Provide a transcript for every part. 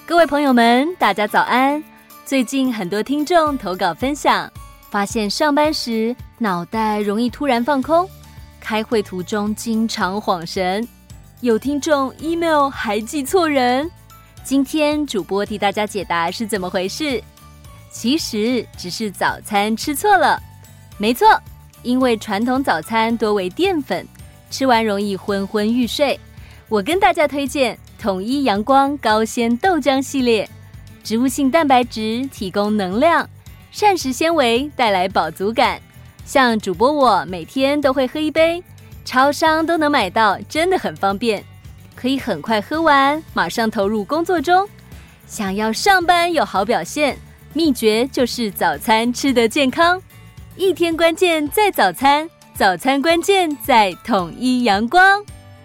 各位朋友们，大家早安！最近很多听众投稿分享，发现上班时脑袋容易突然放空，开会途中经常晃神，有听众 email 还记错人。今天主播替大家解答是怎么回事？其实只是早餐吃错了。没错，因为传统早餐多为淀粉，吃完容易昏昏欲睡。我跟大家推荐统一阳光高纤豆浆系列，植物性蛋白质提供能量，膳食纤维带来饱足感。像主播我每天都会喝一杯，超商都能买到，真的很方便，可以很快喝完，马上投入工作中。想要上班有好表现，秘诀就是早餐吃得健康。一天关键在早餐，早餐关键在统一阳光。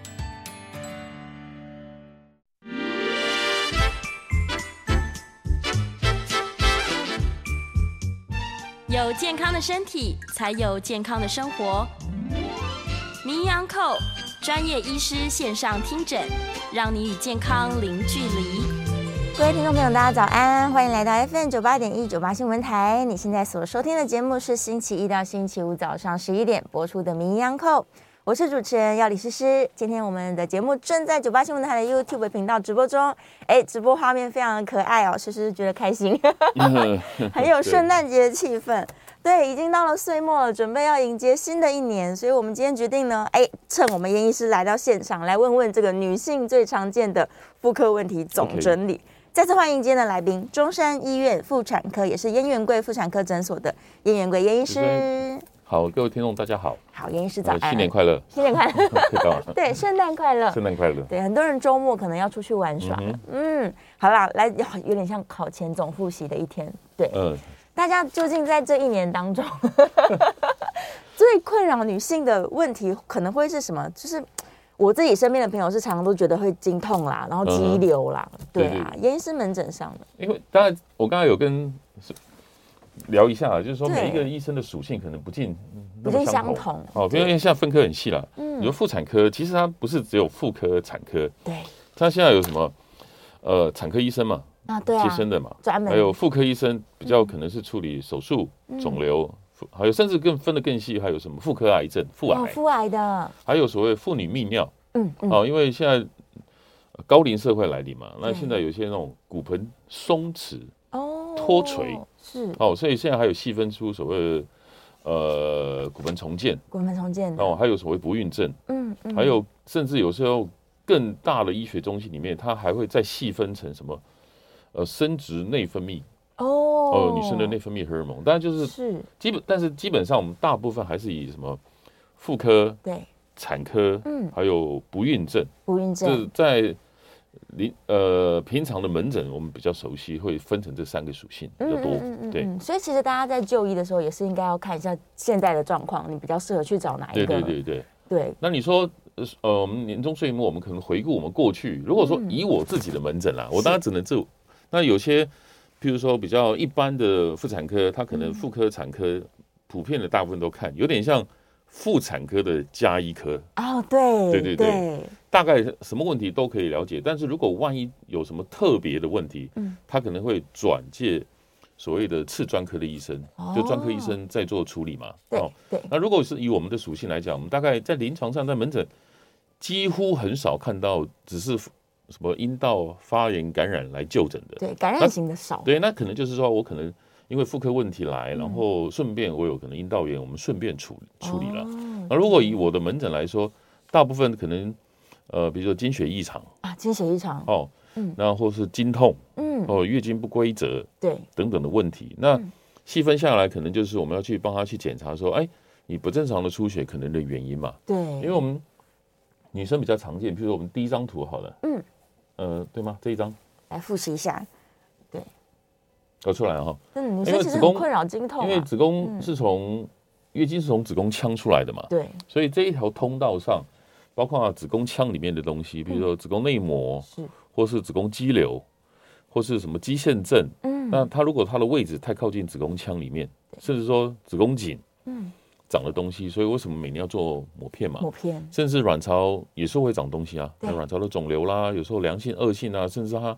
有健康的身体，才有健康的生活。名医安扣专业医师线上听诊，让你与健康零距离。 各位听众朋友，大家早安，欢迎来到 FM98.1 98新闻台。你现在所收听的节目是星期一到星期五早上11点播出的名医安扣，我是主持人要李诗诗。今天我们的节目正在98新闻台的 YouTube 频道直播中，直播画面非常的可爱哦，诗诗觉得开心，很有圣诞节的气氛。对，已经到了岁末了，准备要迎接新的一年，所以我们今天决定呢，趁我们严医师来到现场，来问问这个女性最常见的妇科问题总整理。再次欢迎今天的来宾，中山医院妇产科，也是燕元贵妇产科诊所的燕元贵燕医师。 好，各位听众大家好。 好，严医师早安。 新年快乐。 新年快乐。对，圣诞快乐。 圣诞快乐。 对，很多人周末可能要出去玩耍了。好啦，来，有点像考前总复习的一天。对，大家究竟在这一年当中，最困扰女性的问题可能会是什么？就是我自己身边的朋友是常常都觉得会经痛啦，然后肌瘤啦，对啊，严医师门诊上的。因为当然，我刚才有跟聊一下，就是说每一个医生的属性可能不尽相同。哦，比如现在分科很细啦，你说妇产科，其实它不是只有妇科、产科，对，它现在有什么产科医生嘛，对啊，接生的嘛，还有妇科医生比较可能是处理手术、肿瘤。还有甚至分得更细，还有什么妇科癌症、妇癌的，还有所谓妇女泌尿，因为现在高龄社会来临嘛，那现在有些那种骨盆松弛、脱垂，所以现在还有细分出所谓骨盆重建，还有所谓不孕症，还有甚至有时候更大的医学中心里面，它还会再细分成什么生殖内分泌。女生的内分泌荷尔蒙，当然就是但是基本上我们大部分还是以什么妇科、产科，还有不孕症，这在平常的门诊我们比较熟悉，会分成这3个属性比较多。对， 所以其实大家在就医的时候也是应该要看一下现在的状况，你比较适合去找哪一个？对。那你说我们年终岁末，我们可能回顾我们过去，如果说以我自己的门诊啦，我当然只能那有些。譬如说比较一般的妇产科，它可能妇科、产科普遍的大部分都看，有点像妇产科的加医科。对，大概什么问题都可以了解。但是如果万一有什么特别的问题，他可能会转介所谓的次专科的医生，就专科医生在做处理嘛。对。那如果是以我们的属性来讲，我们大概在临床上在门诊几乎很少看到只是什么阴道发炎感染来就诊的， 对，感染型的少， 对，那可能就是说我可能因为妇科问题来，然后顺便我有可能阴道炎，我们顺便处理了。那如果以我的门诊来说，大部分可能比如说经血异常那或是经痛，月经不规则，对，等等的问题，那细分下来，可能就是我们要去帮他去检查说，你不正常的出血可能的原因嘛，对，因为我们女生比较常见，比如说我们第一张图好了，对吗？这一张来复习一下，对， 搞出来了哈。 女生其实很困扰经痛， 因为子宫是月经是从子宫腔出来的嘛，对，所以这一条通道上，包括子宫腔里面的东西，比如说子宫内膜，或是子宫肌瘤，或是什么肌腺症，那它如果它的位置太靠近子宫腔里面，甚至说子宫颈，长的东西，所以为什么每年要做抹片嘛？甚至卵巢也是会长东西啊，卵巢的肿瘤啦，有时候良性、恶性啊，甚至它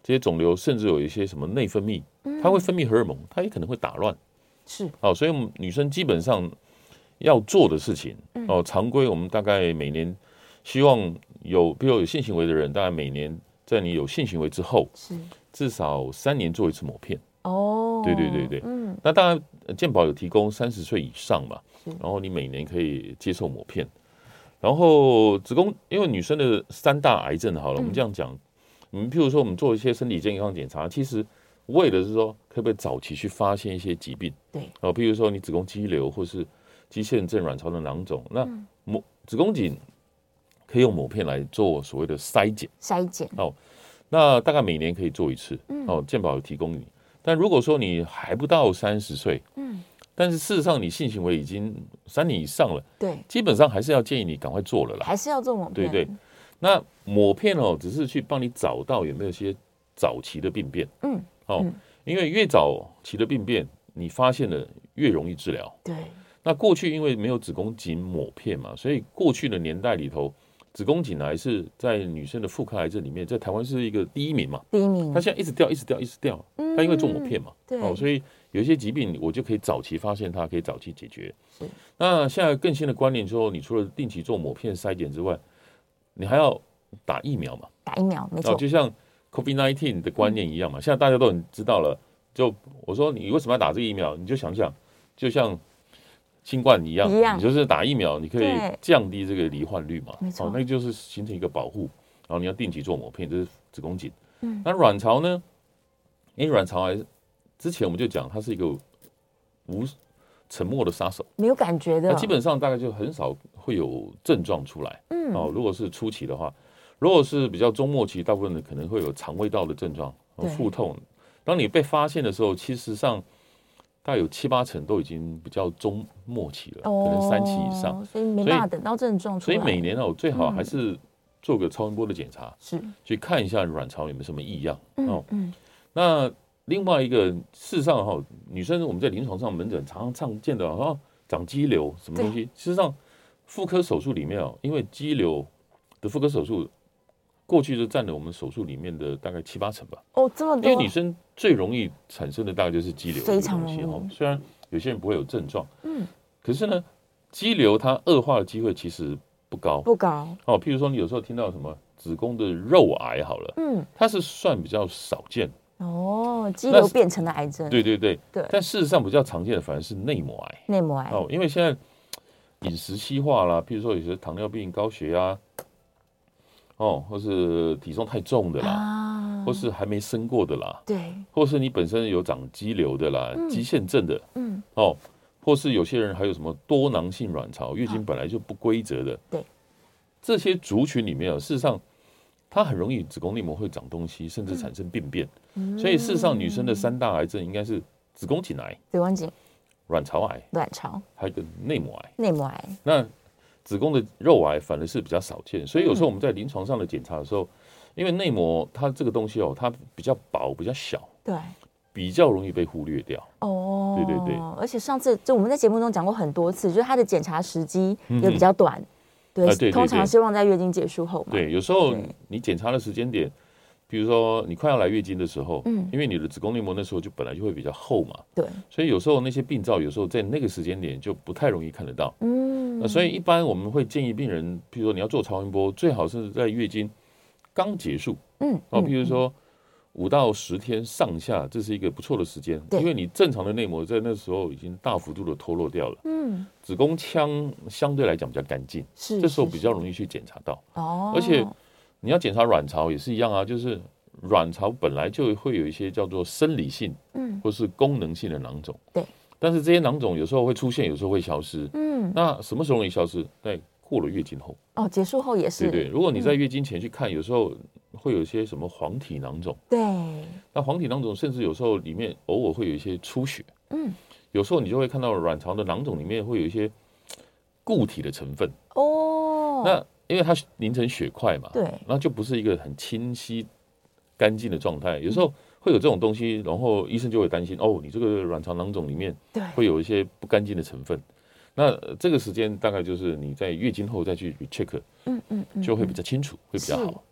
这些肿瘤甚至有一些什么内分泌，它会分泌荷尔蒙，它也可能会打乱。 是所以我们女生基本上要做的事情，常规我们大概每年希望比如有性行为的人，大概每年在你有性行为之后，至少3年做一次抹片。对，那当然健保有提供30岁以上嘛，然后你每年可以接受抹片。然后子宫，因为女生的3大癌症好了，我们这样讲，譬如说我们做一些身体健康检查，其实为的是说可不可以早期去发现一些疾病， 对， 譬如说你子宫肌瘤或是肌腺症、卵巢的囊肿，那子宫颈可以用抹片来做所谓的筛检，那大概每年可以做一次，健保有提供你。但如果说你还不到30岁，但是事实上你性行为已经3年以上了， 对， 基本上还是要建议你赶快做了啦， 还是要做抹片， 对。那抹片只是去帮你找到有没有一些早期的病变，因为越早期的病变，你发现了越容易治疗。 对。 那过去因为没有子宫颈抹片嘛，所以过去的年代里头，子宫颈癌是在女生的妇科癌症里面，在台湾是一个第一名嘛。它现在一直掉，它因为做抹片嘛，所以有一些疾病我就可以早期发现它，可以早期解决。那现在更新的观念之后，你除了定期做抹片筛检之外，你还要打疫苗嘛？ 打疫苗，没错。 就像 COVID-19 的观念一样嘛，现在大家都很知道了。就我说你为什么要打这个疫苗？你就想想，就像新冠一样，你就是打疫苗，你可以降低这个罹患率嘛。那就是形成一个保护。然后你要定期做抹片，这是子宫颈。那卵巢呢？因为卵巢癌之前我们就讲，它是一个沉默的杀手，没有感觉的。 那基本上大概就很少会有症状出来。如果是初期的话，如果是比较中末期，大部分的可能会有肠胃道的症状，腹痛。当你被发现的时候，其实上大概有7、8成都已经比较中末期了，可能3期以上， 所以没办法等到症状出来。 所以每年最好还是做个超音波的检查，去看一下卵巢有没有什么异样。那另外一个，事实上女生我们在临床上门诊常见的长肌瘤什么东西，事实上妇科手术里面因为肌瘤的妇科手术过去就占了我们手术里面的大概7、8成吧。 这么多。 因为女生最容易产生的大概就是肌瘤，非常容易。虽然有些人不会有症状，可是呢，肌瘤它恶化的机会其实不高。譬如说你有时候听到什么子宫的肉癌好了，它是算比较少见。 肌瘤变成了癌症。 对。但事实上比较常见的反而是内膜癌。因为现在饮食西化啦，譬如说有些糖尿病、高血压，或是体重太重的啦，或是还没生过的啦， 对， 或是你本身有长肌瘤的啦，肌腺症的，或是有些人还有什么多囊性卵巢，月经本来就不规则的， 对， 这些族群里面事实上它很容易子宫内膜会长东西，甚至产生病变。所以事实上女生的3大癌症应该是子宫颈癌、卵巢癌、还有一个内膜癌。那子宫的肉癌反而是比较少见，所以有时候我们在临床上的检查的时候，因为内膜它这个东西它比较薄、比较小， 对， 比较容易被忽略掉。对。 而且上次我们在节目中讲过很多次，就是它的检查时机也比较短。对，通常希望在月经结束后嘛。 对，有时候你检查的时间点，比如说你快要来月经的时候，因为你的子宫内膜那时候就本来就会比较厚嘛， 对， 所以有时候那些病灶有时候在那个时间点就不太容易看得到。所以一般我们会建议病人，比如说你要做超音波，最好是在月经刚结束，比如说5到10天上下，这是一个不错的时间，因为你正常的内膜在那时候已经大幅度的脱落掉了，子宫腔相对来讲比较干净，这时候比较容易去检查到。而且你要检查卵巢也是一样就是卵巢本来就会有一些叫做生理性，或是功能性的囊肿， 对。 但是这些囊肿有时候会出现，有时候会消失，那什么时候容易消失？在过了月经后， 结束后也是。 对。如果你在月经前去看，有时候会有一些什么黄体囊肿， 对。 那黄体囊肿甚至有时候里面偶尔会有一些出血，有时候你就会看到卵巢的囊肿里面会有一些固体的成分，那因为它凝成血块嘛， 对， 那就不是一个很清晰干净的状态，有时候会有这种东西，然后医生就会担心你这个卵巢囊肿里面会有一些不干净的成分。那这个时间大概就是你在月经后再去 check，就会比较清楚，会比较好。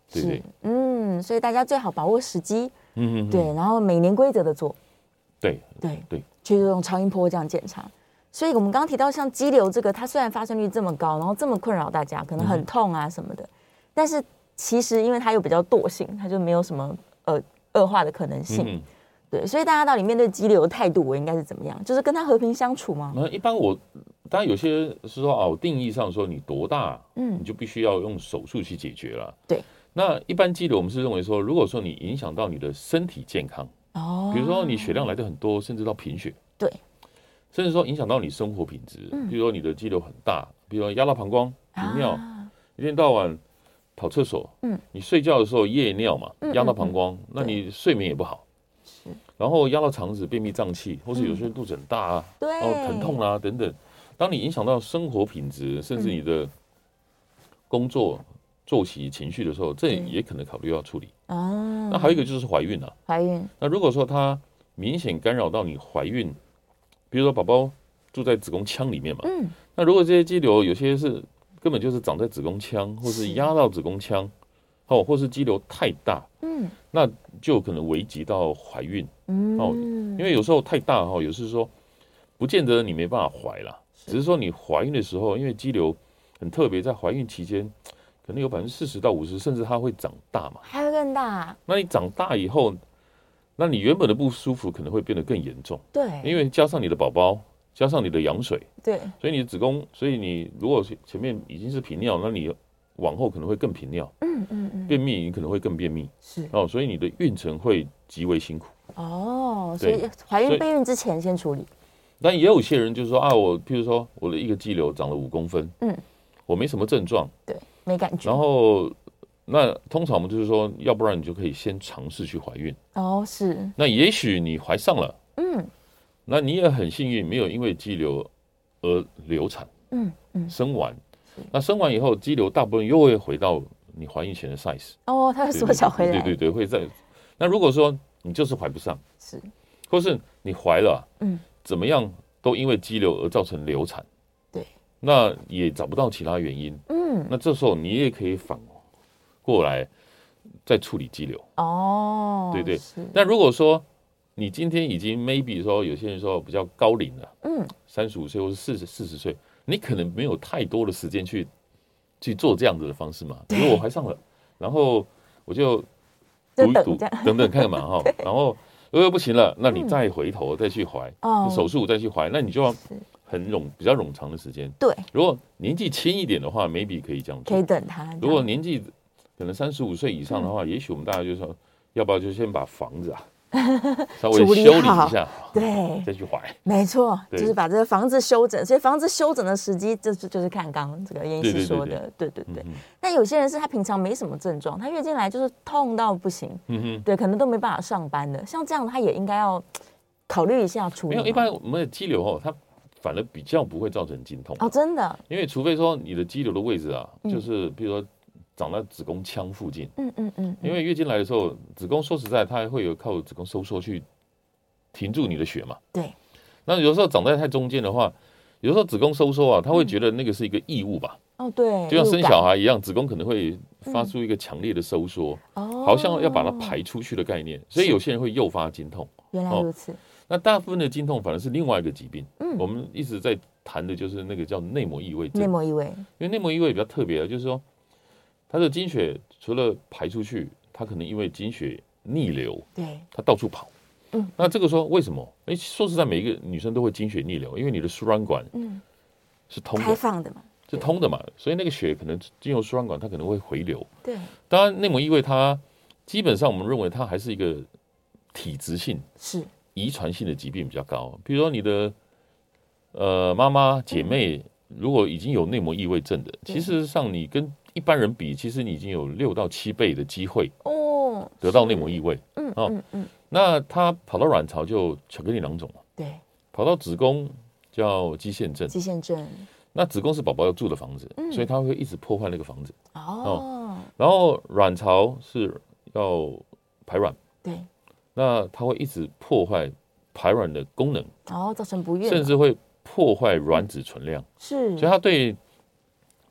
对对， 所以大家最好把握时机，对，然后每年规则的做， 对， 去用超音波这样检查。所以我们刚刚提到像肌瘤这个，它虽然发生率这么高，然后这么困扰大家，可能很痛啊什么的，但是其实因为它又比较惰性，它就没有什么恶化的可能性。对，所以大家到底面对肌瘤的态度，我应该是怎么样？就是跟他和平相处吗？ 那一般当然有些是说我定义上说你多大，你就必须要用手术去解决了。 对。 那一般肌瘤我们是认为说，如果说你影响到你的身体健康，比如说你血量来的很多，甚至到贫血， 对， 甚至说影响到你生活品质，比如说你的肌瘤很大，比如说压到膀胱、频尿，一天到晚跑厕所，你睡觉的时候夜尿嘛，压到膀胱，那你睡眠也不好。然后压到肠子、便秘、胀气，或是有些人肚子很大啊，然后疼痛啊等等。当你影响到生活品质，甚至你的工作、作息、情绪的时候，这也可能考虑要处理。那还有一个就是怀孕啊，那如果说它明显干扰到你怀孕，比如说宝宝住在子宫腔里面嘛，那如果这些肌瘤有些是根本就是长在子宫腔，或是压到子宫腔，或是肌瘤太大，那就可能危及到怀孕，因为有时候太大有时说不见得你没办法怀啦，只是说你怀孕的时候，因为肌瘤很特别，在怀孕期间可能有40%到50%，甚至它会长大嘛， 还会更大。 那你长大以后，那你原本的不舒服可能会变得更严重， 对， 因为加上你的宝宝，加上你的羊水， 对， 所以你的子宫，所以你如果前面已经是频尿，那你往后可能会更频尿，便秘你可能会更便秘，所以你的孕程会极为辛苦。 所以怀孕备孕之前先处理。 但也有些人就是说譬如说我的一个肌瘤长了5公分，我没什么症状， 对，没感觉。 然后那通常我们就是说，要不然你就可以先尝试去怀孕。 是。 那也许你怀上了，那你也很幸运，没有因为肌瘤而流产，生完。那生完以后，肌瘤大部分又会回到你怀孕前的 size。 它会缩小回来。 对，会在。那如果说你就是怀不上，或是你怀了，怎么样都因为肌瘤而造成流产， 对， 那也找不到其他原因，那这时候你也可以反过来再处理肌瘤。对。那如果说你今天已经 maybe 说有些人说比较高龄了，35岁或是40岁。你可能没有太多的时间去做这样子的方式嘛，比如我怀上了，然后我就赌一赌，等看看嘛然后如果不行了，那你再回头再去怀，手术再去怀，那你就要比较冗长的时间。 对， 如果年纪轻一点的话 ，maybe 可以这样做， 可以等他。 如果年纪可能35岁以上的话，也许我们大家就说，要不要就先把房子稍微修理一下， 对， 再去怀。 没错，就是把这个房子修整。所以房子修整的时机，就是看刚刚这个严医师说的，对。那有些人是他平常没什么症状，他月经来就是痛到不行，对，可能都没办法上班的。像这样，他也应该要考虑一下处理。 没有，一般我们的肌瘤它反而比较不会造成经痛真的， 因为除非说你的肌瘤的位置就是比如说长在子宫腔附近，因为月经来的时候，子宫说实在，它还会有靠子宫收缩去停住你的血嘛。 对。 那有时候长在太中间的话，有时候子宫收缩他会觉得那个是一个异物吧。 对。 就像生小孩一样，子宫可能会发出一个强烈的收缩，好像要把它排出去的概念，所以有些人会诱发经痛。 原来如此。 那大部分的经痛反而是另外一个疾病。我们一直在谈的就是那个叫内膜异位症。 内膜异位， 因为内膜异位比较特别，就是说。它的经血除了排出去，它可能因为经血逆流， 对， 它到处跑。那这个说为什么？说实在，每一个女生都会经血逆流，因为你的输卵管是通的， 开放的嘛， 是通的嘛，所以那个血可能经由输卵管，它可能会回流。 对， 当然内膜异位它基本上我们认为它还是一个体质性、 是遗传性的疾病比较高。比如说你的妈妈姐妹如果已经有内膜异位症的，其实上你跟一般人比，其实你已经有6到7倍的机会得到内膜异位。那它跑到卵巢就巧克力囊肿了， 对， 跑到子宫叫肌腺症。那子宫是宝宝要住的房子，所以它会一直破坏那个房子。然后卵巢是要排卵， 对， 那它会一直破坏排卵的功能， 造成不孕， 甚至会破坏卵子存量。 是， 所以它对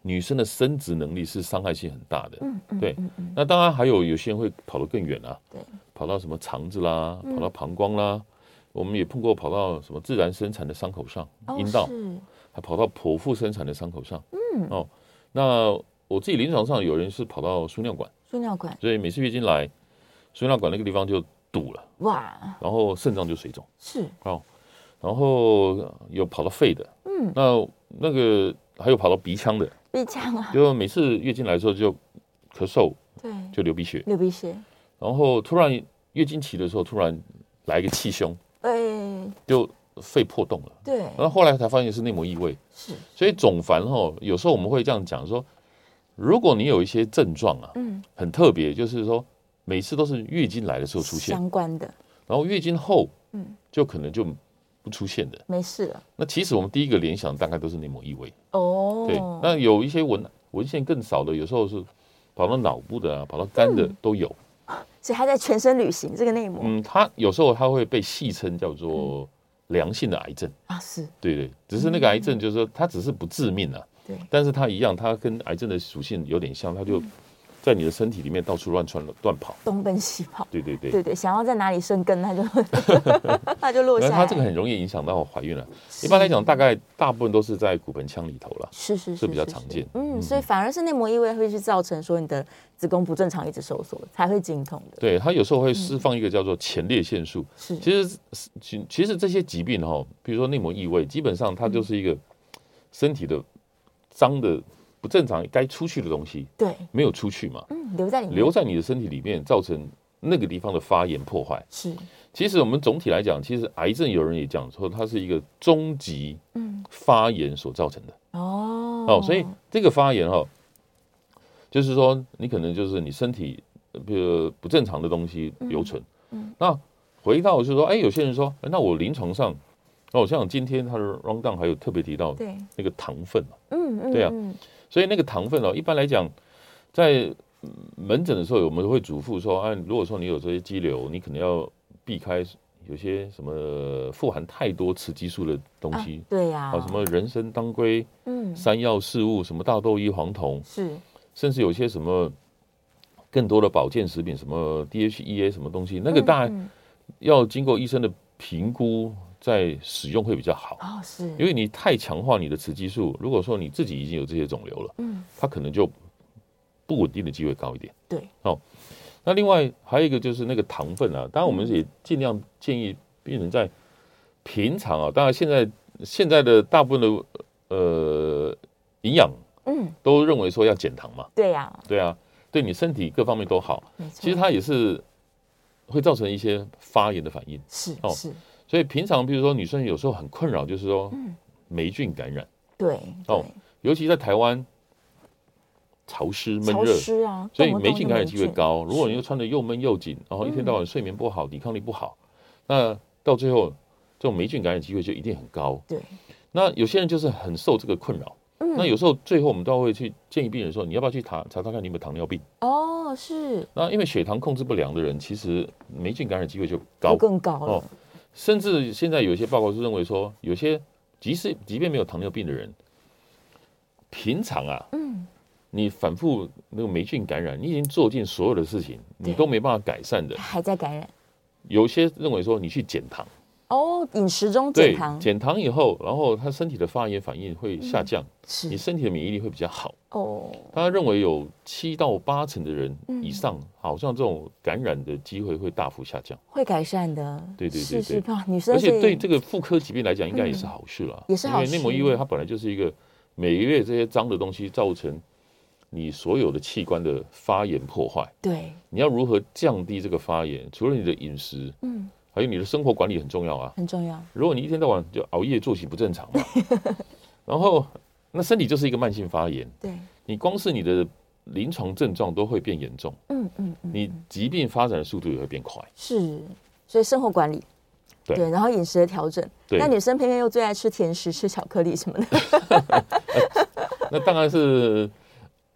女生的生殖能力是伤害性很大的。对。那当然还有些人会跑得更远啊，对，跑到什么肠子啦，跑到膀胱啦，我们也碰过跑到什么自然生产的伤口上，阴道，还跑到剖腹生产的伤口上。那我自己临床上有人是跑到输尿管，所以每次月经来，输尿管那个地方就堵了，哇，然后肾脏就水肿，是哦，然后有跑到肺的，那个还有跑到鼻腔的，就每次月经来的时候就咳嗽，对，就流鼻血，然后突然月经期的时候突然来一个气胸，就肺破洞了，对，然后后来才发现是内膜异位，是，所以总凡有时候我们会这样讲说，如果你有一些症状啊，很特别，就是说每次都是月经来的时候出现相关的， 然后月经后，就可能就不出现的， 没事了。那其实我们第一个联想大概都是内膜异位哦，对，那有一些文献更少的，有时候是跑到脑部的啊，跑到肝的都有， 所以它在全身旅行这个内膜， 它有时候它会被戏称叫做良性的癌症啊，是对对，只是那个癌症就是说它只是不致命啊，对，但是它一样，它跟癌症的属性有点像，它就在你的身体里面到处乱跑， 东奔西跑， 对， 想要在哪里生根，它就落下来。 它这个很容易影响到怀孕了。一般来讲，大部分都是在骨盆腔里头了，是比较常见。 所以反而是内膜异位会去造成说你的子宫不正常一直收缩，才会经痛的。 对，它有时候会释放一个叫做前列腺素。其实这些疾病比如说内膜异位，基本上它就是一个身体的脏的。不正常该出去的东西，对，没有出去嘛，留在你的身体里面，造成那个地方的发炎破坏。是，其实我们总体来讲，其实癌症有人也讲说，它是一个终极发炎所造成的。哦，所以这个发炎就是说你可能就是你身体比如不正常的东西留存。那回到就是说，有些人说，那我临床上，像今天他的 rundown 还有特别提到那个糖分嘛，对啊。所以那个糖分一般来讲，在门诊的时候，我们会嘱咐说，如果说你有这些肌瘤，你可能要避开有些什么富含太多雌激素的东西， 对呀， 什么人参、当归，山药、四物，什么大豆异黄酮，是，甚至有些什么更多的保健食品，什么 DHEA 什么东西，那个当然要经过医生的评估。在使用会比较好是因为你太强化你的雌激素，如果说你自己已经有这些肿瘤了，它可能就不稳定的机会高一点。对，那另外还有一个就是那个糖分啊，当然我们也尽量建议病人在平常当然现在的大部分的营养，都认为说要减糖嘛，对啊，对你身体各方面都好，其实它也是会造成一些发炎的反应，是。所以平常比如说女生有时候很困扰，就是说霉菌感染，对尤其在台湾潮湿闷热啊，所以霉菌感染机会高。如果你又穿得又闷又紧，然后一天到晚睡眠不好，抵抗力不好，那到最后这种霉菌感染机会就一定很高。对，那有些人就是很受这个困扰，那有时候最后我们都会去建议病人说，你要不要去查看你有没有糖尿病？是。那因为血糖控制不良的人，其实霉菌感染机会就更高了。 甚至现在有些报告是认为说，有些即便没有糖尿病的人，平常你反复那个霉菌感染，你已经做尽所有的事情，你都没办法改善的， 还在感染。 有些认为说，你去减糖， 饮食中减糖， 减糖以后，然后他身体的发炎反应会下降，你身体的免疫力会比较好。他认为有7到8成的人以上，好像这种感染的机会会大幅下降， 会改善的。对，女生， 而且对这个妇科疾病来讲，应该也是好事了， 也是好事。 因为内膜异位它本来就是一个每个月这些脏的东西造成你所有的器官的发炎破坏。对，你要如何降低这个发炎？除了你的饮食，还有你的生活管理很重要啊， 很重要。 如果你一天到晚就熬夜，作息不正常嘛，然后那身体就是一个慢性发炎。对，你光是你的临床症状都会变严重。你疾病发展的速度也会变快。是，所以生活管理，对，然后饮食的调整。那女生偏偏又最爱吃甜食，吃巧克力什么的。 那当然是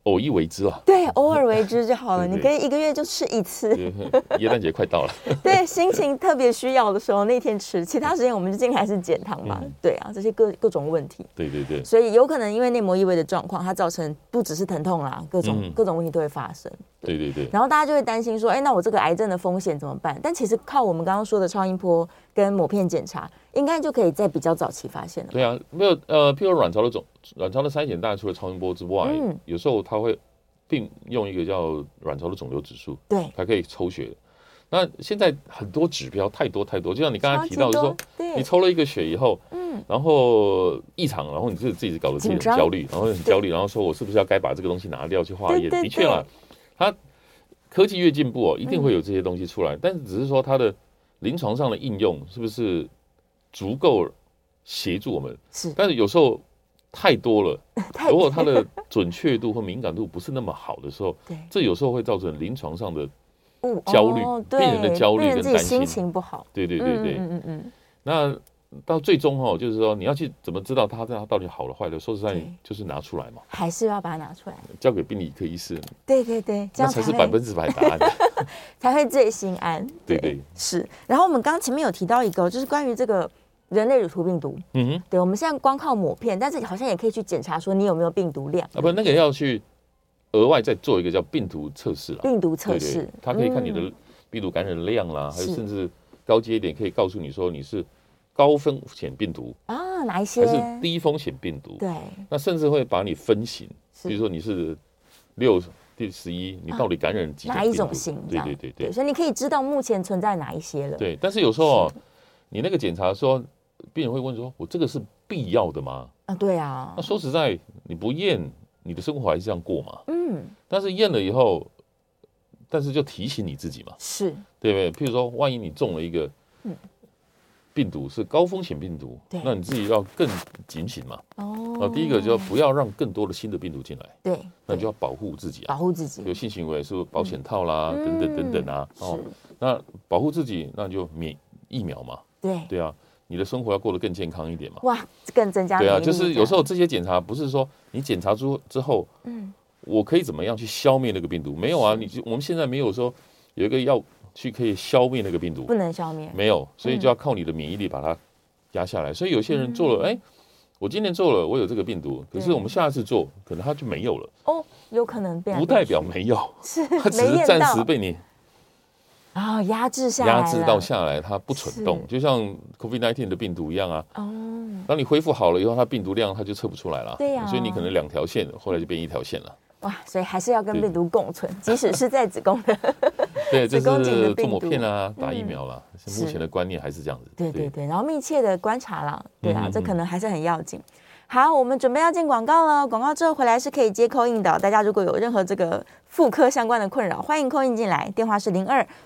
偶一为之啊， 对，偶尔为之就好了。你可以1个月就吃1次。 耶诞节快到了， 对，心情特别需要的时候那天吃，其他时间我们就尽量还是减糖嘛。对啊，这些各种问题。 对。 所以有可能因为内膜异位的状况，它造成不只是疼痛啦，各种问题都会发生。 对。 然后大家就会担心说，哎，那我这个癌症的风险怎么办？但其实靠我们刚刚说的超音波跟抹片检查，应该就可以在比较早期发现了。 对啊，没有譬如卵巢的筛检，当然除了超音波之外，有时候它会并用一个叫卵巢的肿瘤指数， 对， 还可以抽血。那现在很多指标太多，就像你刚才提到的说，你抽了一个血以后，然后异常，然后你自己搞得自己很焦虑，然后说我是不是要该把这个东西拿掉去化验？的确啦，它科技越进步一定会有这些东西出来，但是只是说它的临床上的应用是不是足够协助我们？是，但是有时候太多了，如果它的准确度或敏感度不是那么好的时候，这有时候会造成临床上的焦虑，病人的焦虑跟担心， 心情不好。 对。那到最终就是说你要去怎么知道它到底好了坏了？说实在，就是拿出来嘛， 还是要把它拿出来， 交给病理科医师。 对， 这样才是100%答案， 才会最心安。 对， 是。然后我们刚刚前面有提到一个，就是关于这个人类乳头病毒。对，我们现在光靠抹片，但是好像也可以去检查说你有没有病毒量。 不，那个要去额外再做一个叫病毒测试了。 病毒测试， 它可以看你的病毒感染量啦，还有甚至高阶一点，可以告诉你说你是高风险病毒啊，哪一些？ 还是低风险病毒？ 对， 那甚至会把你分型，比如说你是6、第11，你到底感染几种哪一种型？对，所以你可以知道目前存在哪一些了。 对，但是有时候你那个检查说，病人会问说：“我这个是必要的吗？” 对啊。 那说实在，你不验，你的生活还是这样过嘛？但是验了以后，但是就提醒你自己嘛， 是对不对？譬如说，万一你中了一个病毒是高风险病毒，那你自己要更警醒嘛。第一个就不要让更多的新的病毒进来， 对， 那就要保护自己，有性行为是保险套啦，等等啊。那保护自己，那就免疫苗嘛。对啊，你的生活要过得更健康一点嘛。 哇，更增加。 对啊，就是有时候这些检查不是说你检查之后，我可以怎么样去消灭那个病毒？没有啊，我们现在没有说有一个药去可以消灭那个病毒， 不能消灭， 没有，所以就要靠你的免疫力把它压下来。所以有些人做了，我今年做了，我有这个病毒，可是我们下次做，可能它就没有了。 有可能变， 不代表没有， 是它只是暂时被你压制下来， 压制到下来，它不蠢动，就像 COVID-19 的病毒一样啊。当你恢复好了以后，它病毒量它就测不出来了。 对呀， 所以你可能2条线，后来就变1条线了。 哇，所以还是要跟病毒共存，即使是在子宫的。 对，这是做抹片啦，打疫苗啦，目前的观念还是这样子。 对，然后密切的观察啦，对啊，这可能还是很要紧。好，我们准备要进广告了，广告之后回来是可以接 call in 的，大家如果有任何这个妇科相关的困扰，欢迎 call in 进来，电话是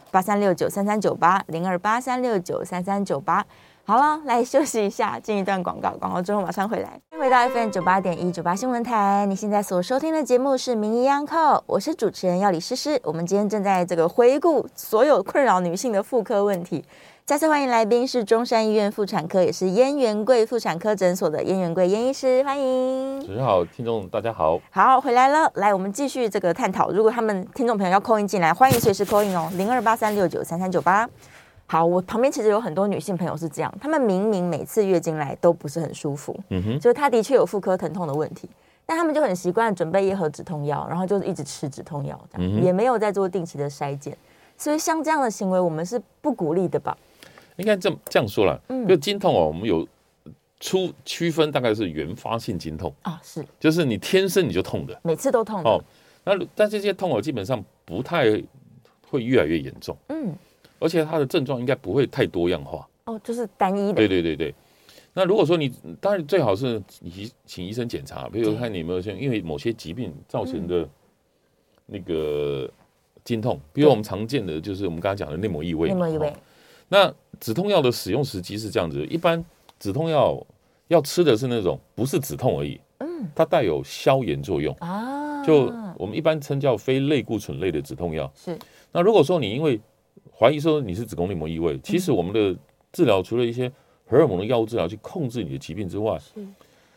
02-8369-3398，02-8369-3398。好了，来休息一下，进一段广告，广告之后马上回来。欢迎回到 FM98.1 98新闻台，你现在所收听的节目是名医央叩，我是主持人药理诗诗。我们今天正在这个回顾所有困扰女性的妇科问题。再次欢迎来宾是中山医院妇产科，也是燕元贵妇产科诊所的燕元贵燕医师，欢迎。 主持人好，听众大家好。 好，回来了，来我们继续这个探讨。如果他们听众朋友要 call in 进来，欢迎随时 call in 哦，0283693398。好，我旁边其实有很多女性朋友是这样，她们明明每次月经来都不是很舒服，就是她的确有妇科疼痛的问题，但她们就很习惯准备1盒止痛药，然后就一直吃止痛药，也没有在做定期的筛检，所以像这样的行为，我们是不鼓励的吧？ 应该这样说啦，就经痛我们有区分，大概是原发性经痛是， 就是你天生你就痛的， 每次都痛的但这些痛基本上不太会越来越严重，而且它的症状应该不会太多样化， 就是单一的。 对。那如果说你当然最好是你请医生检查，比如看你有没有因为某些疾病造成的那个经痛，比如我们常见的就是我们刚才讲的内膜异位。那止痛药的使用时机是这样子，一般止痛药要吃的是那种不是止痛而已，它带有消炎作用就我们一般称叫非类固醇类的止痛药。 是。 那如果说你因为怀疑说你是子宫内膜异位，其实我们的治疗除了一些荷尔蒙的药物治疗去控制你的疾病之外，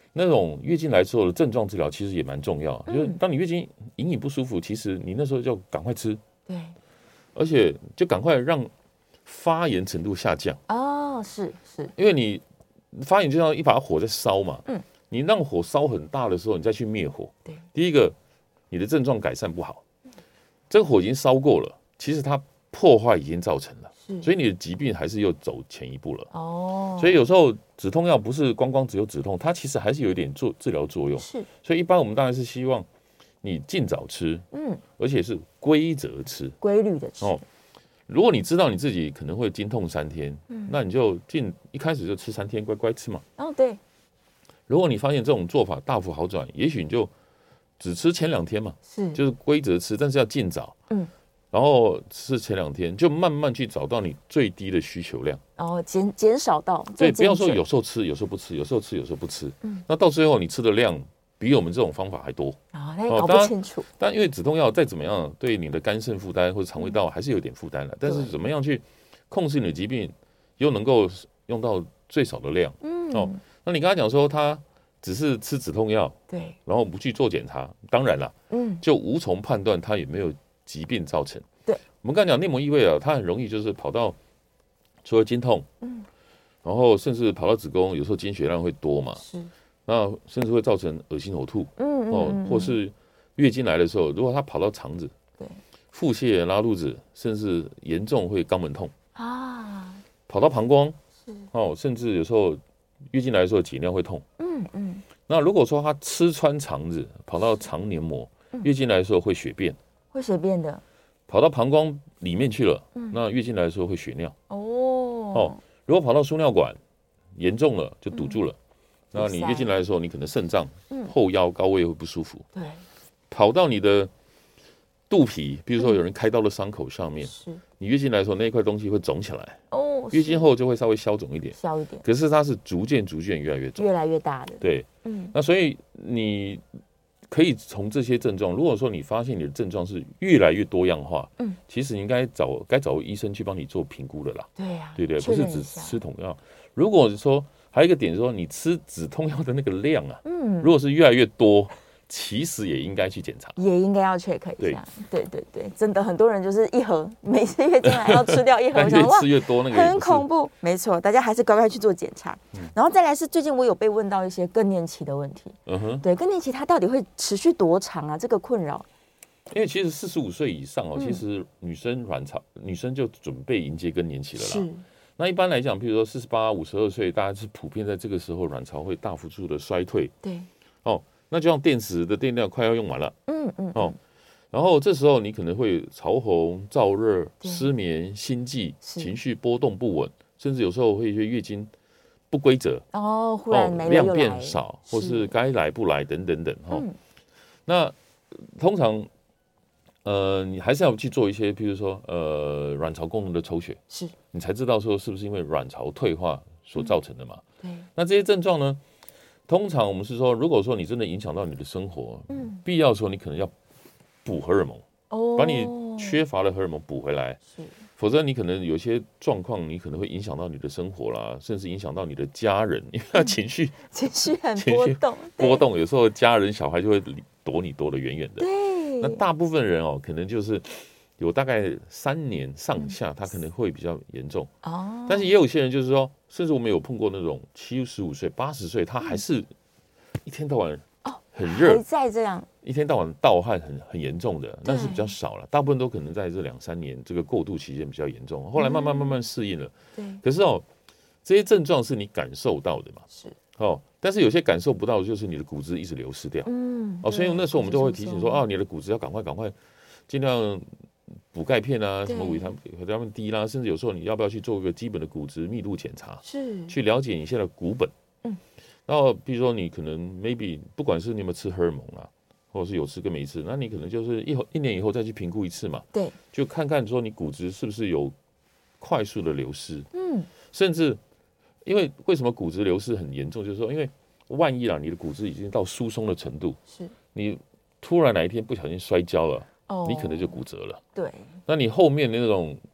那种月经来之后的症状治疗其实也蛮重要，就是当你月经隐隐不舒服，其实你那时候就赶快吃， 对， 而且就赶快让发炎程度下降。 哦，是，因为你发炎就像一把火在烧嘛，你让火烧很大的时候，你再去灭火， 对， 第一个你的症状改善不好，这个火已经烧过了，其实它破坏已经造成了，所以你的疾病还是又走前一步了。哦，所以有时候止痛药不是光只有止痛，它其实还是有一点治疗作用。 是， 所以一般我们当然是希望你尽早吃，而且是规则吃， 规律的吃。哦， 如果你知道你自己可能会经痛3天，那你就一开始就吃3天，乖乖吃嘛。 哦，对。 如果你发现这种做法大幅好转，也许你就只吃前2天嘛，就是规则吃，但是要尽早。然后吃前2天，就慢慢去找到你最低的需求量， 然后减少到对，不要说有时候吃，有时候不吃，有时候吃，有时候不吃。那到最后你吃的量比我们这种方法还多啊，那搞不清楚。 但因为止痛药再怎么样，对你的肝肾负担或者肠胃道还是有点负担的。但是怎么样去控制你的疾病，又能够用到最少的量？那你刚才讲说他只是吃止痛药， 对， 然后不去做检查，当然了，就无从判断他有没有疾病造成。 对， 我们刚才讲内膜异位啊，它很容易就是跑到除了经痛，然后甚至跑到子宫，有时候经血量会多嘛，那甚至会造成恶心呕吐，或是月经来的时候，如果它跑到肠子， 对， 腹泻、拉肚子，甚至严重会肛门痛啊，跑到膀胱，甚至有时候月经来的时候解尿会痛，那如果说它吃穿肠子，跑到肠黏膜，月经来的时候会血便， 会血便的， 跑到膀胱里面去了，那月经来的时候会血尿。如果跑到输尿管严重了就堵住了，那你月经来的时候你可能肾脏、后腰、高位会不舒服。 对， 跑到你的肚皮，比如说有人开刀的伤口上面，你月经来的时候那一块东西会肿起来。月经后就会稍微消肿一点，可是它是逐渐越来越肿， 越来越大的。 对，那所以你可以从这些症状，如果说你发现你的症状是越来越多样化，其实你应该找医生去帮你做评估的啦。 对呀， 对对，不是只吃痛药。如果说还有一个点说，你吃止痛药的那个量啊，如果是越来越多，其实也应该去检查， 也应该要 check 一下。对，真的很多人就是一盒，每次月经来要吃掉一盒， 越吃越多，那个很恐怖。没错，大家还是乖乖去做检查。然后再来是最近我有被问到一些更年期的问题。对，更年期它到底会持续多长啊？这个困扰。 因为其实45岁以上其实女生就准备迎接更年期了啦。是。那一般来讲，比如说48、52岁，大家是普遍在这个时候卵巢会大幅度的衰退。 对。 那就像电池的电量快要用完了，然后这时候你可能会潮红、燥热、失眠、心悸、情绪波动不稳，甚至有时候会一些月经不规则， 忽然没了量变少，或是该来不来等等等。那通常你还是要去做一些，譬如说卵巢功能的抽血，你才知道说是不是因为卵巢退化所造成的嘛。对，那这些症状呢？通常我们是说，如果说你真的影响到你的生活，必要说你可能要补荷尔蒙，把你缺乏的荷尔蒙补回来，否则你可能有些状况，你可能会影响到你的生活啦，甚至影响到你的家人，因为他情绪很波动， 有时候家人小孩就会躲你躲得远远的。对，那大部分人可能就是有大概3年上下，他可能会比较严重。但是也有些人就是说，甚至我们有碰过那种75岁、80岁，他还是一天到晚很热， 还在这样， 一天到晚盗汗很严重的，但是比较少了。大部分都可能在这2-3年这个过渡期间比较严重，后来慢慢适应了。对，可是这些症状是你感受到的嘛？是但是有些感受不到，就是你的骨质一直流失掉。所以那时候我们就会提醒说，你的骨质要赶快尽量补钙片啊，什么维他命 D 啦，甚至有时候你要不要去做一个基本的骨质密度检查，去了解你现在的骨本。然后比如说你可能 maybe 不管是你有没有吃荷尔蒙啊，或者是有吃跟没吃，那你可能就是一年以后再去评估一次嘛。对，就看看说你骨质是不是有快速的流失。甚至因为为什么骨质流失很严重，就是说因为万一你的骨质已经到疏松的程度，你突然哪一天不小心摔跤了，你可能就骨折了。对，那你后面的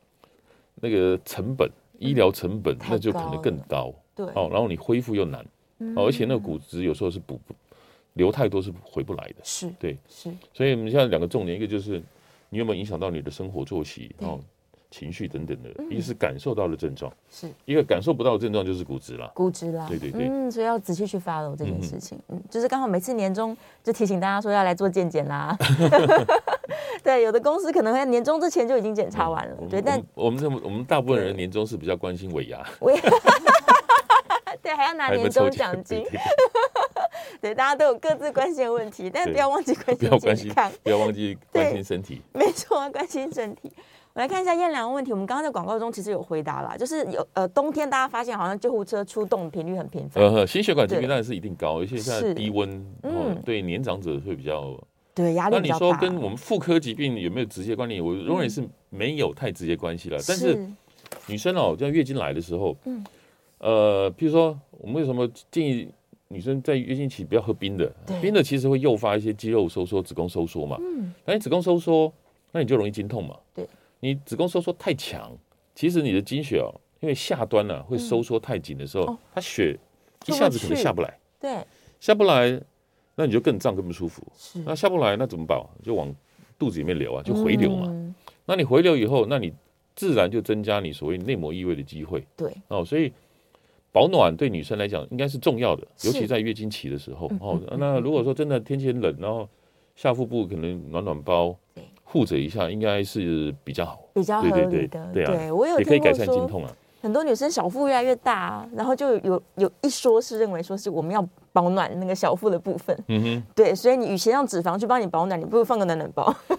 那个成本，医疗成本那就可能更高。对，然后你恢复又难。 而且那个骨质有时候是流太多是回不来的， 是， 对， 是。 所以我们现在2个重点，一个就是你有没有影响到你的生活作息，情绪等等的，一个是感受到的症状， 是一个感受不到的症状就是骨质啦， 对对对， 所以要仔细去 follow 这件事情，就是刚好每次年终就提醒大家说要来做健检啦，对，有的公司可能会年终之前就已经检查完了，对，但我们大部分人年终是比较关心尾牙， 对，还要拿年终奖金，对，大家都有各自关心的问题，但不要忘记关心健康， 不要忘记关心身体， 没错，关心身体。我来看一下燕良的问题，我们刚刚在广告中其实有回答啦，就是冬天大家发现好像救护车出动频率很频繁， 心血管疾病当然是一定高，而且现在低温，对年长者会比较压力比较大。 那你说跟我们妇科疾病有没有直接关联？我认为是没有太直接关系了。但是女生在月经来的时候，譬如说我们为什么建议女生在月经期不要喝冰的？冰的其实会诱发一些肌肉收缩、子宫收缩嘛。那你子宫收缩，那你就容易经痛嘛。 对。 你子宫收缩太强，其实你的经血因为下端会收缩太紧的时候，它血一下子可能下不来， 对， 下不来，那你就更胀更不舒服。那下不来，那怎么办？就往肚子里面流就回流嘛。那你回流以后，那你自然就增加你所谓内膜异位的机会。 对， 所以保暖对女生来讲应该是重要的，尤其在月经期的时候。那如果说真的天气很冷，然后下腹部可能暖包。护着一下应该是比较好， 比较合理的。 对， 我有也可以改善经痛啊。 很多女生小腹越来越大，然后就有一说是认为说是我们要保暖那个小腹的部分。对，所以你与其让脂肪去帮你保暖，你不如放个暖暖包。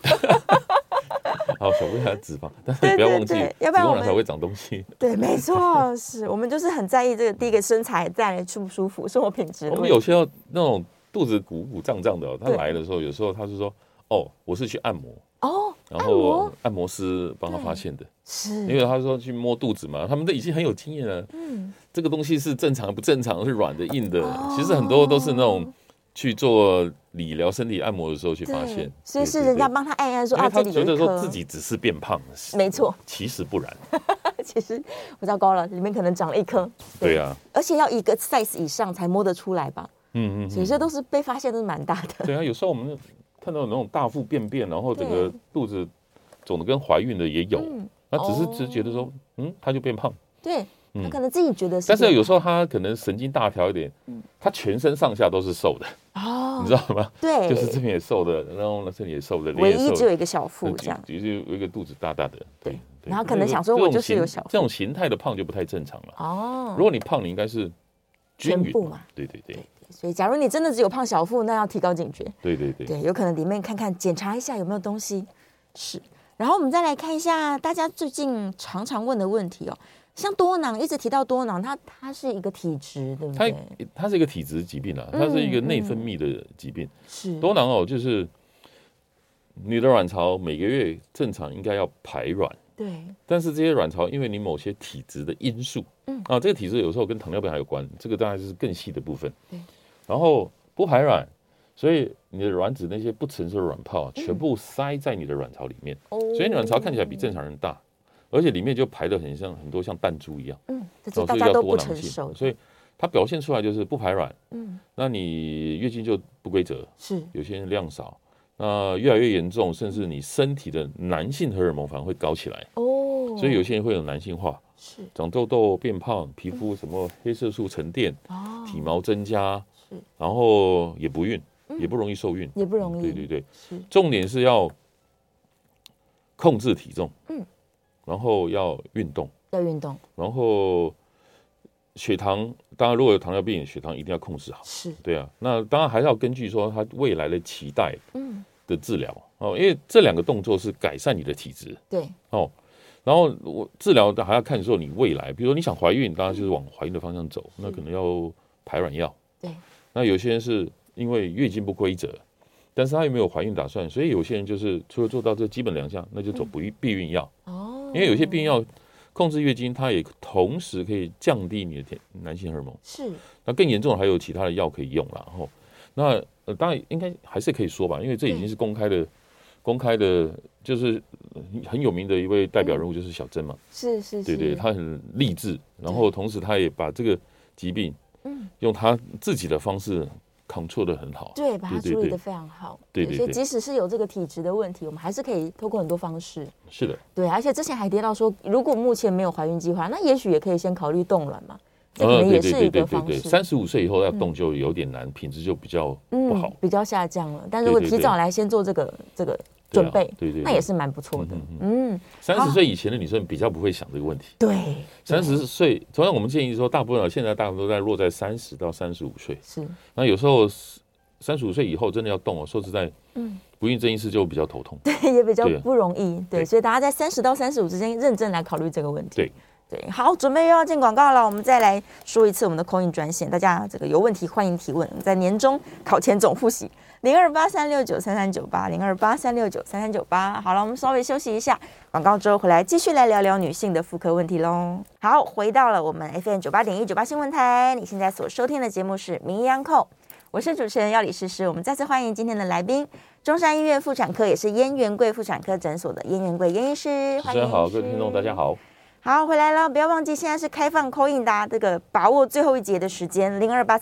好，小腹下脂肪，但是不要忘记，要不然我们才会长东西。 对，没错，是我们就是很在意这个第一个身材，再来舒不舒服，生活品质。 我们有些那种肚子鼓鼓胀胀的，他来的时候，有时候他是说，我是去按摩。然后按摩师帮他发现的， 是因为他说去摸肚子嘛，他们都已经很有经验了。这个东西是正常不正常，是软的硬的，其实很多都是那种去做理疗身体按摩的时候去发现， 所以是人家帮他按按说他觉得说自己只是变胖了， 没错， 其实不然。 其实我糟糕了，里面可能长了一颗。 对啊， 而且要一个 size 以上才摸得出来吧？所以这都是被发现都是蛮大的。 对啊，有时候我们看到那种大腹便便，然后整个肚子肿的跟怀孕的也有，他只是觉得说，他就变胖。 对，他可能自己觉得是， 但是有时候他可能神经大条一点，他全身上下都是瘦的，你知道吗？ 对， 就是这边也瘦的，然后这里也瘦的， 唯一只有一个小腹这样， 就是有一个肚子大大的。对， 然后可能想说我就是有小腹， 这种形态的胖就不太正常了。如果你胖，你应该是均匀嘛。对。 所以，假如你真的只有胖小腹，那要提高警觉。 对， 有可能里面看看，检查一下有没有东西。是，然后我们再来看一下大家最近常常问的问题像多囊，一直提到多囊，它是一个体质，对不对？ 它是一个体质疾病它是一个内分泌的疾病。 是多囊就是你的卵巢每个月正常应该要排卵。 对， 但是这些卵巢因为你某些体质的因素，这个体质有时候跟糖尿病还有关，这个当然是更细的部分。 对， 然后不排卵，所以你的卵子那些不成熟的卵泡全部塞在你的卵巢里面，所以卵巢看起来比正常人大，而且里面就排得很多像弹珠一样。 这大家都不成熟， 所以它表现出来就是不排卵。那你月经就不规则， 是有些人量少。那越来越严重，甚至你身体的男性荷尔蒙反而会高起来所以有些人会有男性化， 是长痘痘、变胖、皮肤什么黑色素沉淀，体毛增加， 是， 然后也不孕，也不容易受孕， 也不容易。 对，重点是要控制体重，然后要运动，然后血糖，当然如果有糖尿病，血糖一定要控制好。 是， 对啊。那当然还是要根据说他未来的期待的治疗因为这2个动作是改善你的体质。 对然后我治疗还要看说你未来，比如说你想怀孕，当然就是往怀孕的方向走，那可能要排卵药。 对。 那有些人是因为月经不规则，但是他又没有怀孕打算，所以有些人就是除了做到这基本2项，那就走避孕药。因为有些避孕药控制月经，它也同时可以降低你的男性荷尔蒙。 是。 那更严重的还有其他的药可以用啦。那当然应该还是可以说吧，因为这已经是公开的，就是很有名的一位代表人物就是小珍嘛。 是。 对，他很励志，然后同时他也把这个疾病用他自己的方式control得很好， 对，把它处理得非常好。 对， 所以即使是有这个体质的问题，我们还是可以透过很多方式。 是的， 对，而且之前还提到说，如果目前没有怀孕计划，那也许也可以先考虑冻卵嘛。这可能也是一个方式。 35岁以后要冻就有点难，品质就比较不好， 比较下降了。但如果提早来先做这个准备， 对， 那也是蛮不错的。 30岁以前的女生比较不会想这个问题。 对 ，30岁，同样我们建议说，现在大部分都在落在30到35岁。 是， 那有时候35岁以后真的要动说实在，不孕症医师就比较头痛， 对，也比较不容易。对，所以大家在30到35之间认真来考虑这个问题。对，好，准备又要进广告了，我们再来说一次我们的 call in 专线，大家这个有问题欢迎提问，在年终考前总复习0283693398，0283693398。好了，我们稍微休息一下，广告之后回来继续来聊聊女性的妇科问题喽。好，回到了我们 FM 98.198新闻台，你现在所收听的节目是名医央叩，我是主持人药理诗诗。我们再次欢迎今天的来宾，中山医院妇产科也是燕元贵妇产科诊所的燕元贵燕医师。 主持人好，各位听众大家好。 好，回来了，不要忘记现在是开放 call in 的，这个把握最后一节的时间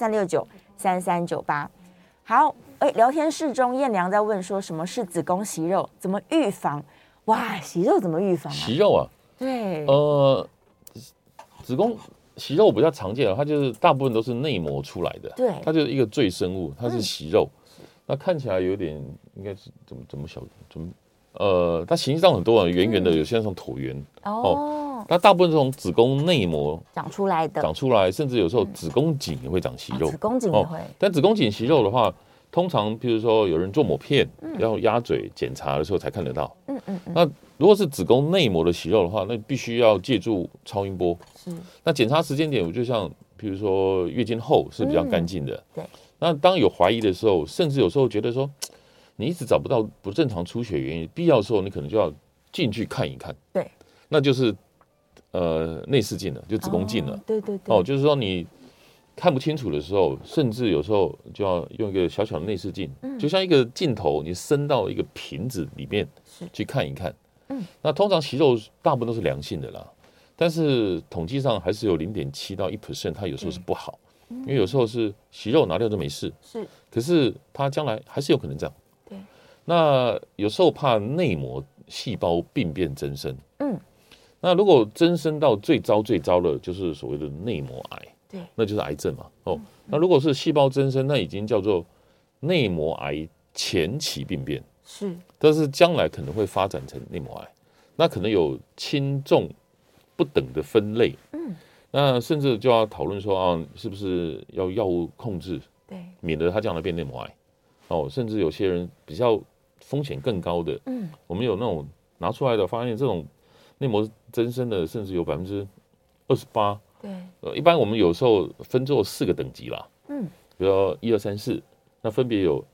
，0283693398。好，聊天室中燕良在问说什么是子宫息肉，怎么预防？哇，息肉怎么预防啊？ 息肉啊？ 对， 子宫息肉比较常见的，它就是大部分都是内膜出来的， 对， 它就是一个赘生物，它是息肉，那看起来有点应该是怎么它形状很多，圆圆的，有些像椭圆它大部分是从子宫内膜长出来， 甚至有时候子宫颈也会长息肉， 子宫颈也会。 但子宫颈息肉的话，通常比如说有人做抹片，要鸭嘴检查的时候才看得到。那如果是子宫内膜的息肉的话，那必须要借助超音波。那检查时间点，我就像比如说月经后是比较干净的。 对。 那当有怀疑的时候，甚至有时候觉得说你一直找不到不正常出血原因，必要的时候你可能就要进去看一看。 对。那就是内视镜了，就子宫镜了。 对。 就是说你看不清楚的时候，甚至有时候就要用一个小小的内视镜，就像一个镜头，你伸到一个瓶子里面去看一看。那通常息肉大部分都是良性的啦，但是统计上还是有0.7到1%，它有时候是不好，因为有时候是息肉拿掉就没事，可是它将来还是有可能这样。 对。 那有时候怕内膜细胞病变增生。那如果增生到最糟的，就是所谓的内膜癌， 对， 那就是癌症嘛。那如果是细胞增生，那已经叫做内膜癌前期病变，但是将来可能会发展成内膜癌，那可能有轻重不等的分类。那甚至就要讨论说是不是要药物控制， 对， 免得它将来变内膜癌。甚至有些人比较风险更高的，我们有那种拿出来的发现，这种内膜增生的甚至有28%。 对， 一般我们有时候分作4个等级啦，比如说1、2、3、4，那分别有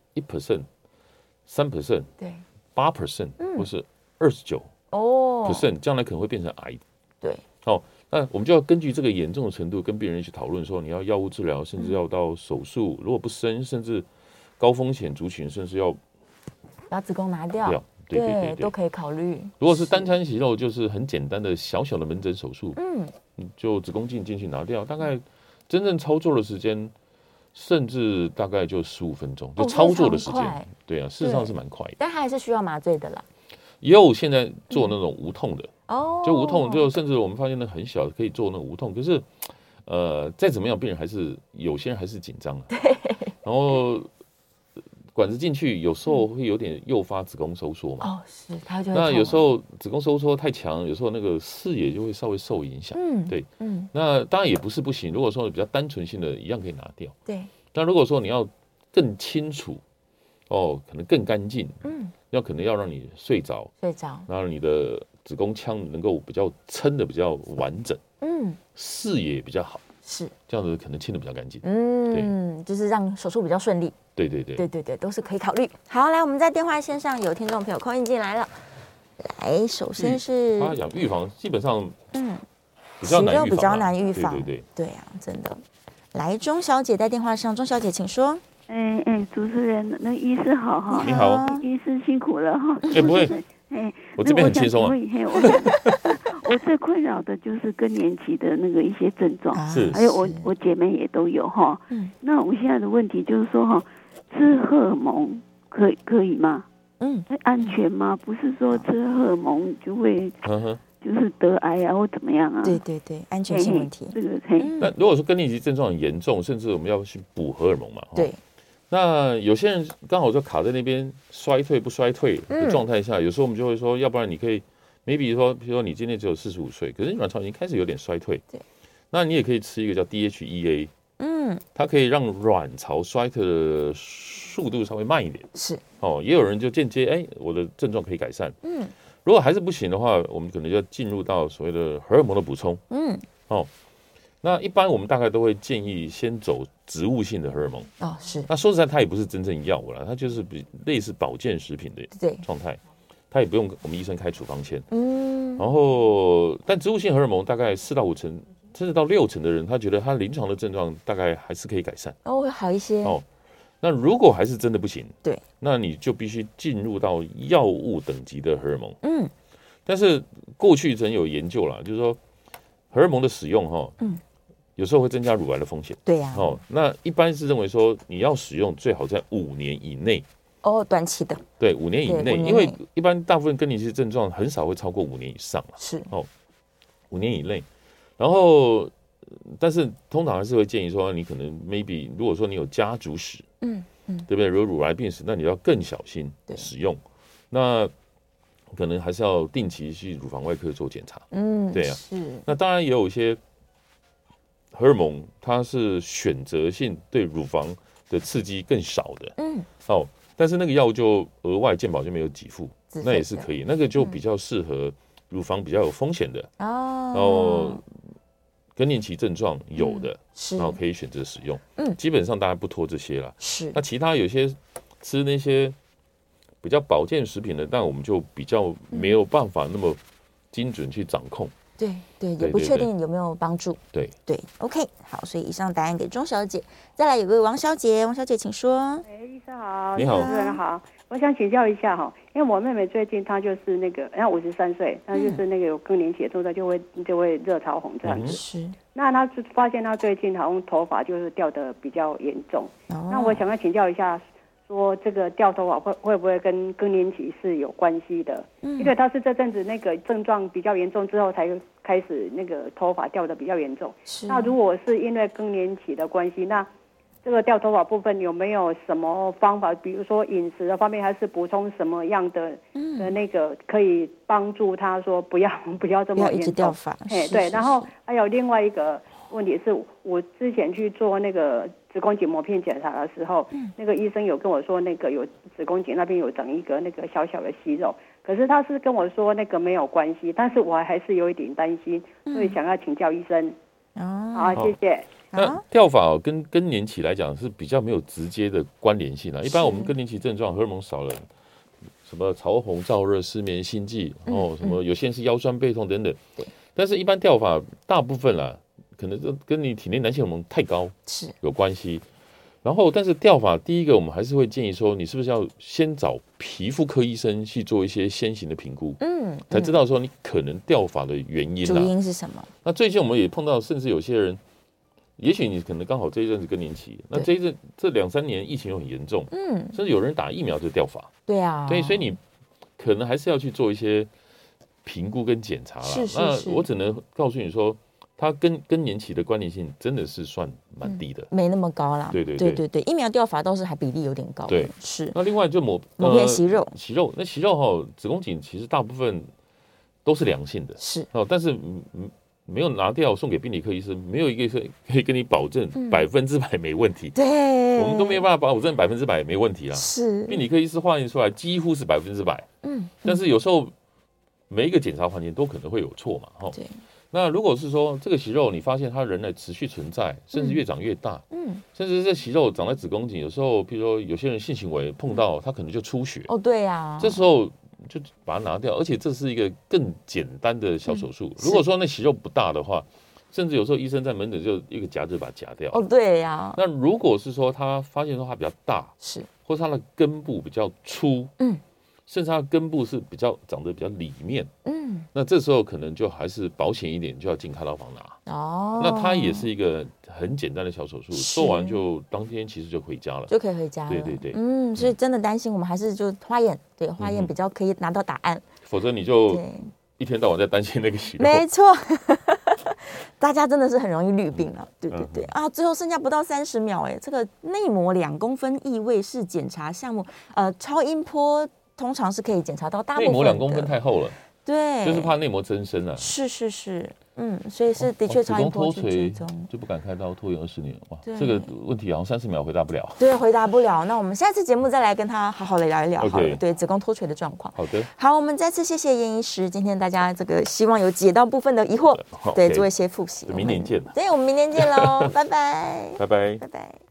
1%、3%、 对 8%，或是29%，将来可能会变成癌。 对， 那我们就要根据这个严重的程度跟病人去讨论，说你要药物治疗，甚至要到手术，如果不生，甚至高风险族群，甚至要把子宫拿掉。对，都可以考虑。 如果是单餐息肉，就是很简单的小小的门诊手术，就子宫镜进去拿掉，大概真正操作的时间，甚至大概就15分钟，就操作的时间。对啊，事实上是蛮快的， 但还是需要麻醉的啦。 也有现在做那种无痛的，就无痛，就甚至我们发现那很小可以做那无痛，可是再怎么样，病人还是有些人还是紧张了，然后。管子进去有时候会有点诱发子宫收缩嘛， 它就会那有时候子宫收缩太强，有时候那个视野就会稍微受影响。对，那当然也不是不行，如果说比较单纯性的，一样可以拿掉。 对， 但如果说你要更清楚，可能更干净，可能要让你睡着，然后你的子宫腔能够比较撑的比较完整，视野比较好。这样子可能清的比较干净， 就是让手术比较顺利。 对， 都是可以考虑。好，来，我们在电话线上有听众朋友call in进来了。来，首先是他讲预防，基本上比较难预防，对啊，真的。来，钟小姐在电话上，钟小姐请说。 主持人，那医师好哈， 你好， 医师辛苦了哈。 不会，我这边很轻松啊。 我最困扰的就是更年期的那个一些症状， 是， 还有我姐妹也都有哈。那我现在的问题就是说哈，吃荷尔蒙可以吗？安全吗？不是说吃荷尔蒙就会就是得癌啊或怎么样啊？ 对对对，安全性问题。 这个那如果说更年期症状很严重，甚至我们要去补荷尔蒙嘛？ 对。 那有些人刚好就卡在那边衰退不衰退的状态下，有时候我们就会说，要不然你可以 maybe 说，比如说你今年只有45岁，可是你卵巢已经开始有点衰退， 对， 那你也可以吃一个叫 DHEA，它可以让卵巢衰退的速度稍微慢一点， 是也有人就间接我的症状可以改善，如果还是不行的话，我们可能就要进入到所谓的荷尔蒙的补充，那一般我们大概都会建议先走植物性的荷尔蒙， 是。 那说实在，它也不是真正药物啦，它就是类似保健食品的状态，它也不用我们医生开处方签，然后但植物性荷尔蒙大概4到5成，甚至到6成的人，他觉得他临床的症状大概还是可以改善， 会好一些。 那如果还是真的不行， 对， 那你就必须进入到药物等级的荷尔蒙，但是过去真有研究啦，就是说荷尔蒙的使用有时候会增加乳癌的风险。 对呀。 那一般是认为说你要使用最好在5年以内。 短期的。 对，5年以内，因为一般大部分更年期症状很少会超过5年以上嘛。 是。 5年以内，然后但是通常还是会建议说，你可能 maybe 如果说你有家族史，对不对？如果乳癌病史，那你要更小心使用。那可能还是要定期去乳房外科做检查。对啊。是。那当然也有一些荷尔蒙，它是选择性对乳房的刺激更少的，但是那个药就额外健保就没有给付，那也是可以，那个就比较适合乳房比较有风险的，然后更年期症状有的，然后可以选择使用，基本上大家不拖这些啦。 是。 那其他有些吃那些比较保健食品的，但我们就比较没有办法那么精准去掌控。 对，也不确定有没有帮助。 对 ，OK， 好，所以以上答案给钟小姐。再来有位王小姐，王小姐请说。 医生好， 你好， 主持人好，我想请教一下哈，因为我妹妹最近她就是那个，然后53岁，她就是那个有更年期的症状，就会热潮红这样子。 是。 那她就发现她最近好像头发就是掉的比较严重。那我想要请教一下。说这个掉头发会不会跟更年期是有关系的？因为他是这阵子那个症状比较严重之后才开始那个头发掉的比较严重。那如果是因为更年期的关系，那这个掉头发部分有没有什么方法？比如说饮食的方面，还是补充什么样的那个可以帮助他说不要这么严重， 不要一直掉发。 对。然后还有另外一个问题是，我之前去做那个子宫颈膜片检查的时候，那个医生有跟我说，那个有子宫颈那边有长一个那个小小的息肉，可是他是跟我说那个没有关系，但是我还是有一点担心，所以想要请教医生。好，谢谢。 那掉发跟更年期来讲是比较没有直接的关联性一般我们更年期症状荷尔蒙少了，什么潮红、燥热、失眠、心悸，什么有些人是腰酸背痛等等。但是一般掉发大部分啦，可能跟你体内男性荷尔蒙太高有关系。然后，但是掉发第一个，我们还是会建议说，你是不是要先找皮肤科医生去做一些先行的评估，才知道说你可能掉发的原因主因是什么。 那最近我们也碰到，甚至有些人，也许你可能刚好这一阵子更年期，那这2-3年疫情又很严重，甚至有人打疫苗就掉发。 对啊， 所以你可能还是要去做一些评估跟检查啦。那我只能告诉你说，它跟更年期的关联性真的是算蛮低的， 没那么高啦。 对， 疫苗掉发倒是还比例有点高。 对， 是。 那另外就抹片息肉， 那息肉子宫颈其实大部分都是良性的，但是没有拿掉送给病理科医生，没有一个是可以跟你保证100%没问题。 对， 我们都没有办法保证100%没问题啦。 是， 病理科医师化验出来几乎是100%。但是有时候每一个检查环节都可能会有错嘛。 对。 那如果是说这个息肉你发现它仍然持续存在，甚至越长越大，甚至这息肉长在子宫颈，有时候譬如说有些人性行为碰到它可能就出血。 对啊， 这时候就把它拿掉，而且这是一个更简单的小手术。如果说那息肉不大的话，甚至有时候医生在门诊就一个夹子把它夹掉。 对呀。 那如果是说他发现说它比较大， 是， 或是它的根部比较粗， 甚至它根部是长得比较里面，那这时候可能就还是保险一点，就要进开刀房拿。那它也是一个很简单的小手术，做完就当天其实就回家了， 就可以回家了。 对， 所以真的担心，我们还是就化验，对，化验比较可以拿到答案， 否则你就一天到晚在担心那个息肉。 没错。大家真的是很容易虑病了，对啊！最后剩下不到30秒，这个内膜2公分异位是检查项目，超音波通常是可以检查到大部分的。 内膜2公分太厚了， 对， 就是怕内膜增生啊。 是，所以是的确超音波子宫脱垂就不敢开刀，拖延20年，哇，这个问题好像30秒回答不了。 对，回答不了。那我们下次节目再来跟他好好的聊一聊好了。对，子宫脱垂的状况。 好的， 好，我们再次谢谢严医师，今天大家这个希望有解到部分的疑惑，对，做一些复习。 明年见。 对，我们明年见喽，拜拜， 拜拜， 拜拜。